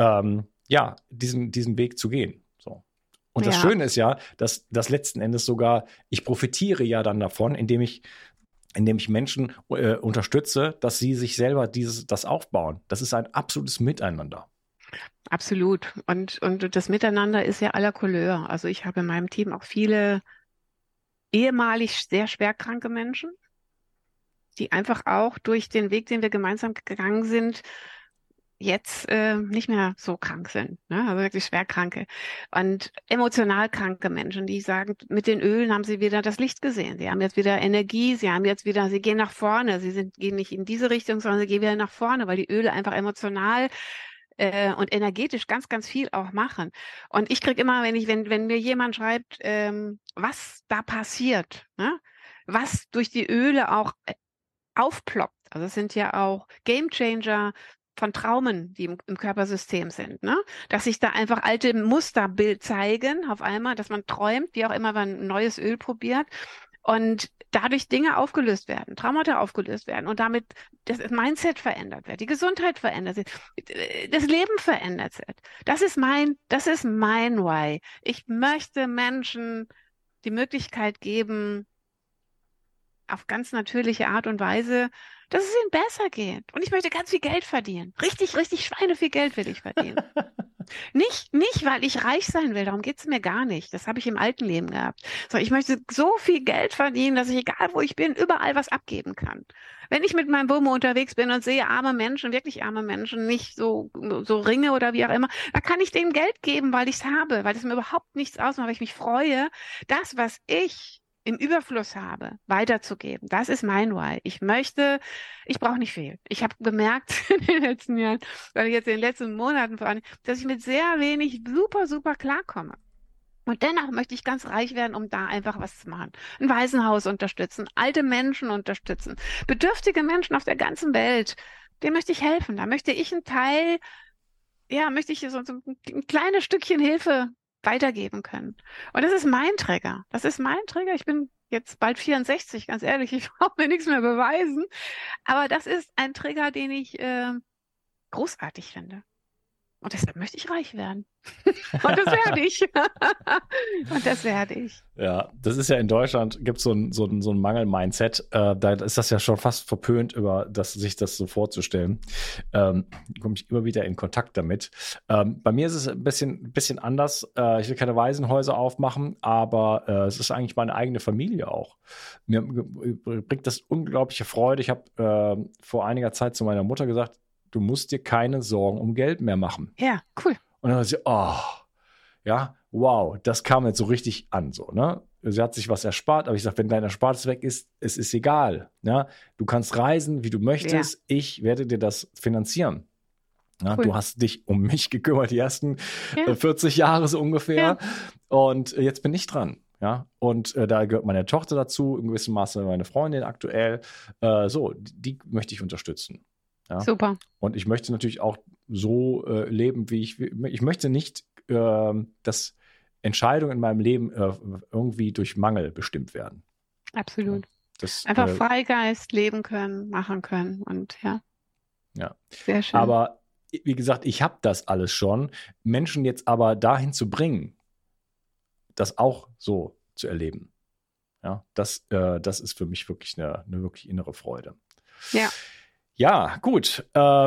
diesen Weg zu gehen. So. Und das Schöne ist ja, dass das letzten Endes sogar, ich profitiere ja dann davon, indem ich Menschen unterstütze, dass sie sich selber das aufbauen. Das ist ein absolutes Miteinander. Absolut. Und das Miteinander ist ja aller Couleur. Also ich habe in meinem Team auch viele ehemalig sehr schwerkranke Menschen, die einfach auch durch den Weg, den wir gemeinsam gegangen sind, jetzt nicht mehr so krank sind, ne? Also wirklich schwerkranke und emotional kranke Menschen, die sagen, mit den Ölen haben sie wieder das Licht gesehen. Sie haben jetzt wieder Energie, sie gehen nach vorne. Gehen nicht in diese Richtung, sondern sie gehen wieder nach vorne, weil die Öle einfach emotional und energetisch ganz, ganz viel auch machen. Und ich kriege immer, wenn mir jemand schreibt, was da passiert, ne? Was durch die Öle auch aufploppt. Also es sind ja auch Gamechanger von Traumen, die im Körpersystem sind, ne? Dass sich da einfach alte Musterbild zeigen, auf einmal, dass man träumt, wie auch immer man ein neues Öl probiert und dadurch Dinge aufgelöst werden, Traumata aufgelöst werden und damit das Mindset verändert wird, die Gesundheit verändert wird, das Leben verändert wird. Das ist mein Why. Ich möchte Menschen die Möglichkeit geben, auf ganz natürliche Art und Weise, dass es ihnen besser geht. Und ich möchte ganz viel Geld verdienen. Richtig, richtig schweineviel Geld will ich verdienen. Nicht, weil ich reich sein will, darum geht es mir gar nicht. Das habe ich im alten Leben gehabt. So, ich möchte so viel Geld verdienen, dass ich, egal wo ich bin, überall was abgeben kann. Wenn ich mit meinem Womo unterwegs bin und sehe arme Menschen, wirklich arme Menschen, nicht so Ringe oder wie auch immer, dann kann ich denen Geld geben, weil ich es habe, weil es mir überhaupt nichts ausmacht, weil ich mich freue, das, was ich im Überfluss habe, weiterzugeben. Das ist mein Why. Ich brauche nicht viel. Ich habe gemerkt in den letzten Jahren, weil jetzt in den letzten Monaten vor allem, dass ich mit sehr wenig super, super klarkomme. Und dennoch möchte ich ganz reich werden, um da einfach was zu machen. Ein Waisenhaus unterstützen, alte Menschen unterstützen, bedürftige Menschen auf der ganzen Welt. Denen möchte ich helfen. Da möchte ich einen Teil, möchte ich so ein kleines Stückchen Hilfe weitergeben können. Und das ist mein Trigger. Das ist mein Trigger. Ich bin jetzt bald 64, ganz ehrlich. Ich brauche mir nichts mehr beweisen. Aber das ist ein Trigger, den ich großartig finde. Und deshalb möchte ich reich werden. Und das werde ich. Und das werde ich. Ja, das ist ja in Deutschland, gibt es so ein Mangel-Mindset. Da ist das ja schon fast verpönt, sich das so vorzustellen. Komme ich immer wieder in Kontakt damit. Bei mir ist es ein bisschen anders. Ich will keine Waisenhäuser aufmachen, aber es ist eigentlich meine eigene Familie auch. Mir bringt das unglaubliche Freude. Ich habe vor einiger Zeit zu meiner Mutter gesagt, du musst dir keine Sorgen um Geld mehr machen. Ja, cool. Und dann hat sie, ja, wow, das kam jetzt so richtig an, so, ne? Sie hat sich was erspart, aber ich sage, wenn dein Erspartes weg ist, es ist egal, ja? Du kannst reisen, wie du möchtest, ich werde dir das finanzieren. Ja, cool. Du hast dich um mich gekümmert, die ersten 40 Jahre so ungefähr, und jetzt bin ich dran. Ja, und da gehört meine Tochter dazu, in gewissem Maße meine Freundin aktuell, die möchte ich unterstützen. Ja? Super. Und ich möchte natürlich auch so leben, wie ich will. Ich möchte nicht, dass Entscheidungen in meinem Leben irgendwie durch Mangel bestimmt werden. Absolut. Einfach Freigeist leben können, machen können und ja. Sehr schön. Aber wie gesagt, ich habe das alles schon. Menschen jetzt aber dahin zu bringen, das auch so zu erleben. Ja, das ist für mich wirklich eine wirklich innere Freude. Ja. Ja, gut.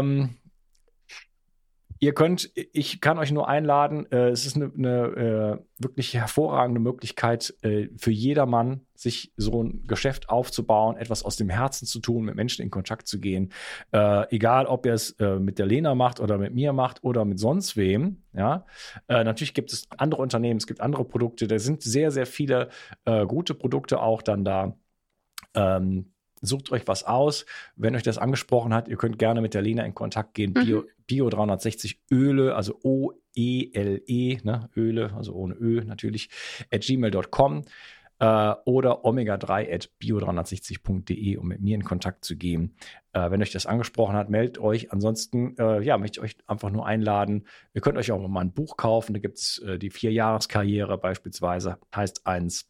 Ich kann euch nur einladen, es ist eine wirklich hervorragende Möglichkeit für jedermann, sich so ein Geschäft aufzubauen, etwas aus dem Herzen zu tun, mit Menschen in Kontakt zu gehen. Egal, ob ihr es mit der Lena macht oder mit mir macht oder mit sonst wem. Ja? Natürlich gibt es andere Unternehmen, es gibt andere Produkte, da sind sehr, sehr viele gute Produkte auch dann da. Sucht euch was aus. Wenn euch das angesprochen hat, ihr könnt gerne mit der Lena in Kontakt gehen. Bio 360 Öle, also OELE, ne? Öle, also ohne Ö natürlich, @gmail.com oder omega3@bio360.de, um mit mir in Kontakt zu gehen. Wenn euch das angesprochen hat, meldet euch. Ansonsten möchte ich euch einfach nur einladen. Ihr könnt euch auch mal ein Buch kaufen. Da gibt es die 4-Jahres-Karriere beispielsweise, heißt eins.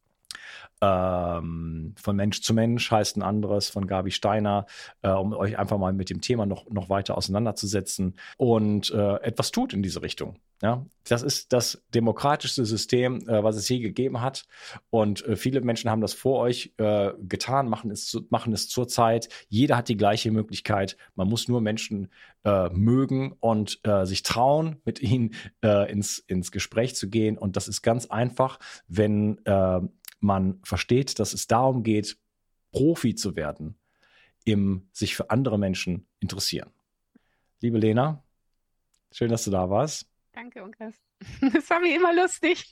Von Mensch zu Mensch heißt ein anderes, von Gabi Steiner, um euch einfach mal mit dem Thema noch weiter auseinanderzusetzen und etwas tut in diese Richtung. Ja? Das ist das demokratischste System, was es je gegeben hat, und viele Menschen haben das vor euch getan, machen es zurzeit. Jeder hat die gleiche Möglichkeit. Man muss nur Menschen mögen und sich trauen, mit ihnen ins Gespräch zu gehen, und das ist ganz einfach, wenn man versteht, dass es darum geht, Profi zu werden, im sich für andere Menschen interessieren. Liebe Lena, schön, dass du da warst. Danke, Unkas. Es war wie immer lustig.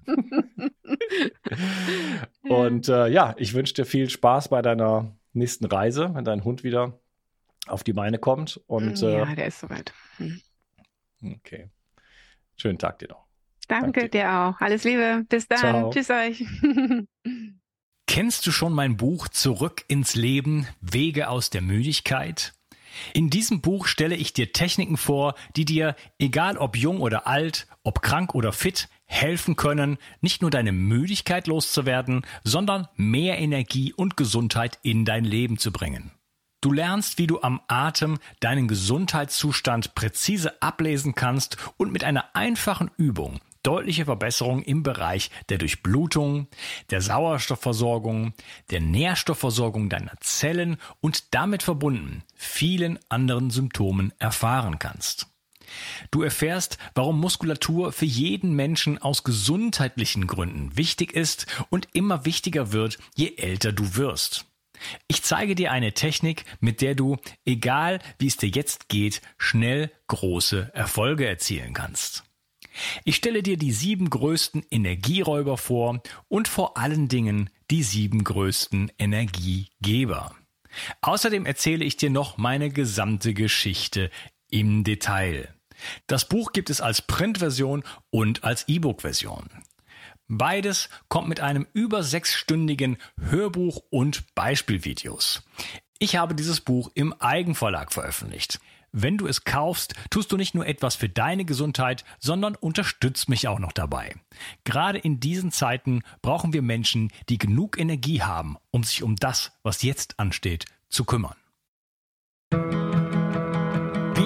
Und ich wünsche dir viel Spaß bei deiner nächsten Reise, wenn dein Hund wieder auf die Beine kommt. Und, der ist soweit. Okay. Schönen Tag dir noch. Danke dir auch. Alles Liebe. Bis dann. Ciao. Tschüss euch. Kennst du schon mein Buch Zurück ins Leben, Wege aus der Müdigkeit? In diesem Buch stelle ich dir Techniken vor, die dir, egal ob jung oder alt, ob krank oder fit, helfen können, nicht nur deine Müdigkeit loszuwerden, sondern mehr Energie und Gesundheit in dein Leben zu bringen. Du lernst, wie du am Atem deinen Gesundheitszustand präzise ablesen kannst und mit einer einfachen Übung deutliche Verbesserungen im Bereich der Durchblutung, der Sauerstoffversorgung, der Nährstoffversorgung deiner Zellen und damit verbunden vielen anderen Symptomen erfahren kannst. Du erfährst, warum Muskulatur für jeden Menschen aus gesundheitlichen Gründen wichtig ist und immer wichtiger wird, je älter du wirst. Ich zeige dir eine Technik, mit der du, egal wie es dir jetzt geht, schnell große Erfolge erzielen kannst. Ich stelle dir die 7 größten Energieräuber vor und vor allen Dingen die 7 größten Energiegeber. Außerdem erzähle ich dir noch meine gesamte Geschichte im Detail. Das Buch gibt es als Printversion und als E-Book-Version. Beides kommt mit einem über 6-stündigen Hörbuch und Beispielvideos. Ich habe dieses Buch im Eigenverlag veröffentlicht. Wenn du es kaufst, tust du nicht nur etwas für deine Gesundheit, sondern unterstützt mich auch noch dabei. Gerade in diesen Zeiten brauchen wir Menschen, die genug Energie haben, um sich um das, was jetzt ansteht, zu kümmern. Bio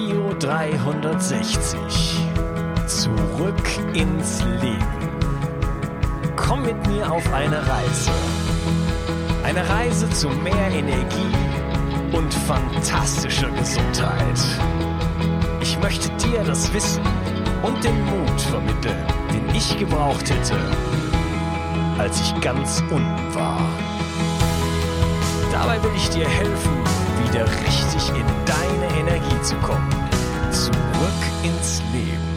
360. Zurück ins Leben. Komm mit mir auf eine Reise. Eine Reise zu mehr Energie und fantastischer Gesundheit. Ich möchte dir das Wissen und den Mut vermitteln, den ich gebraucht hätte, als ich ganz unten war. Dabei will ich dir helfen, wieder richtig in deine Energie zu kommen. Zurück ins Leben.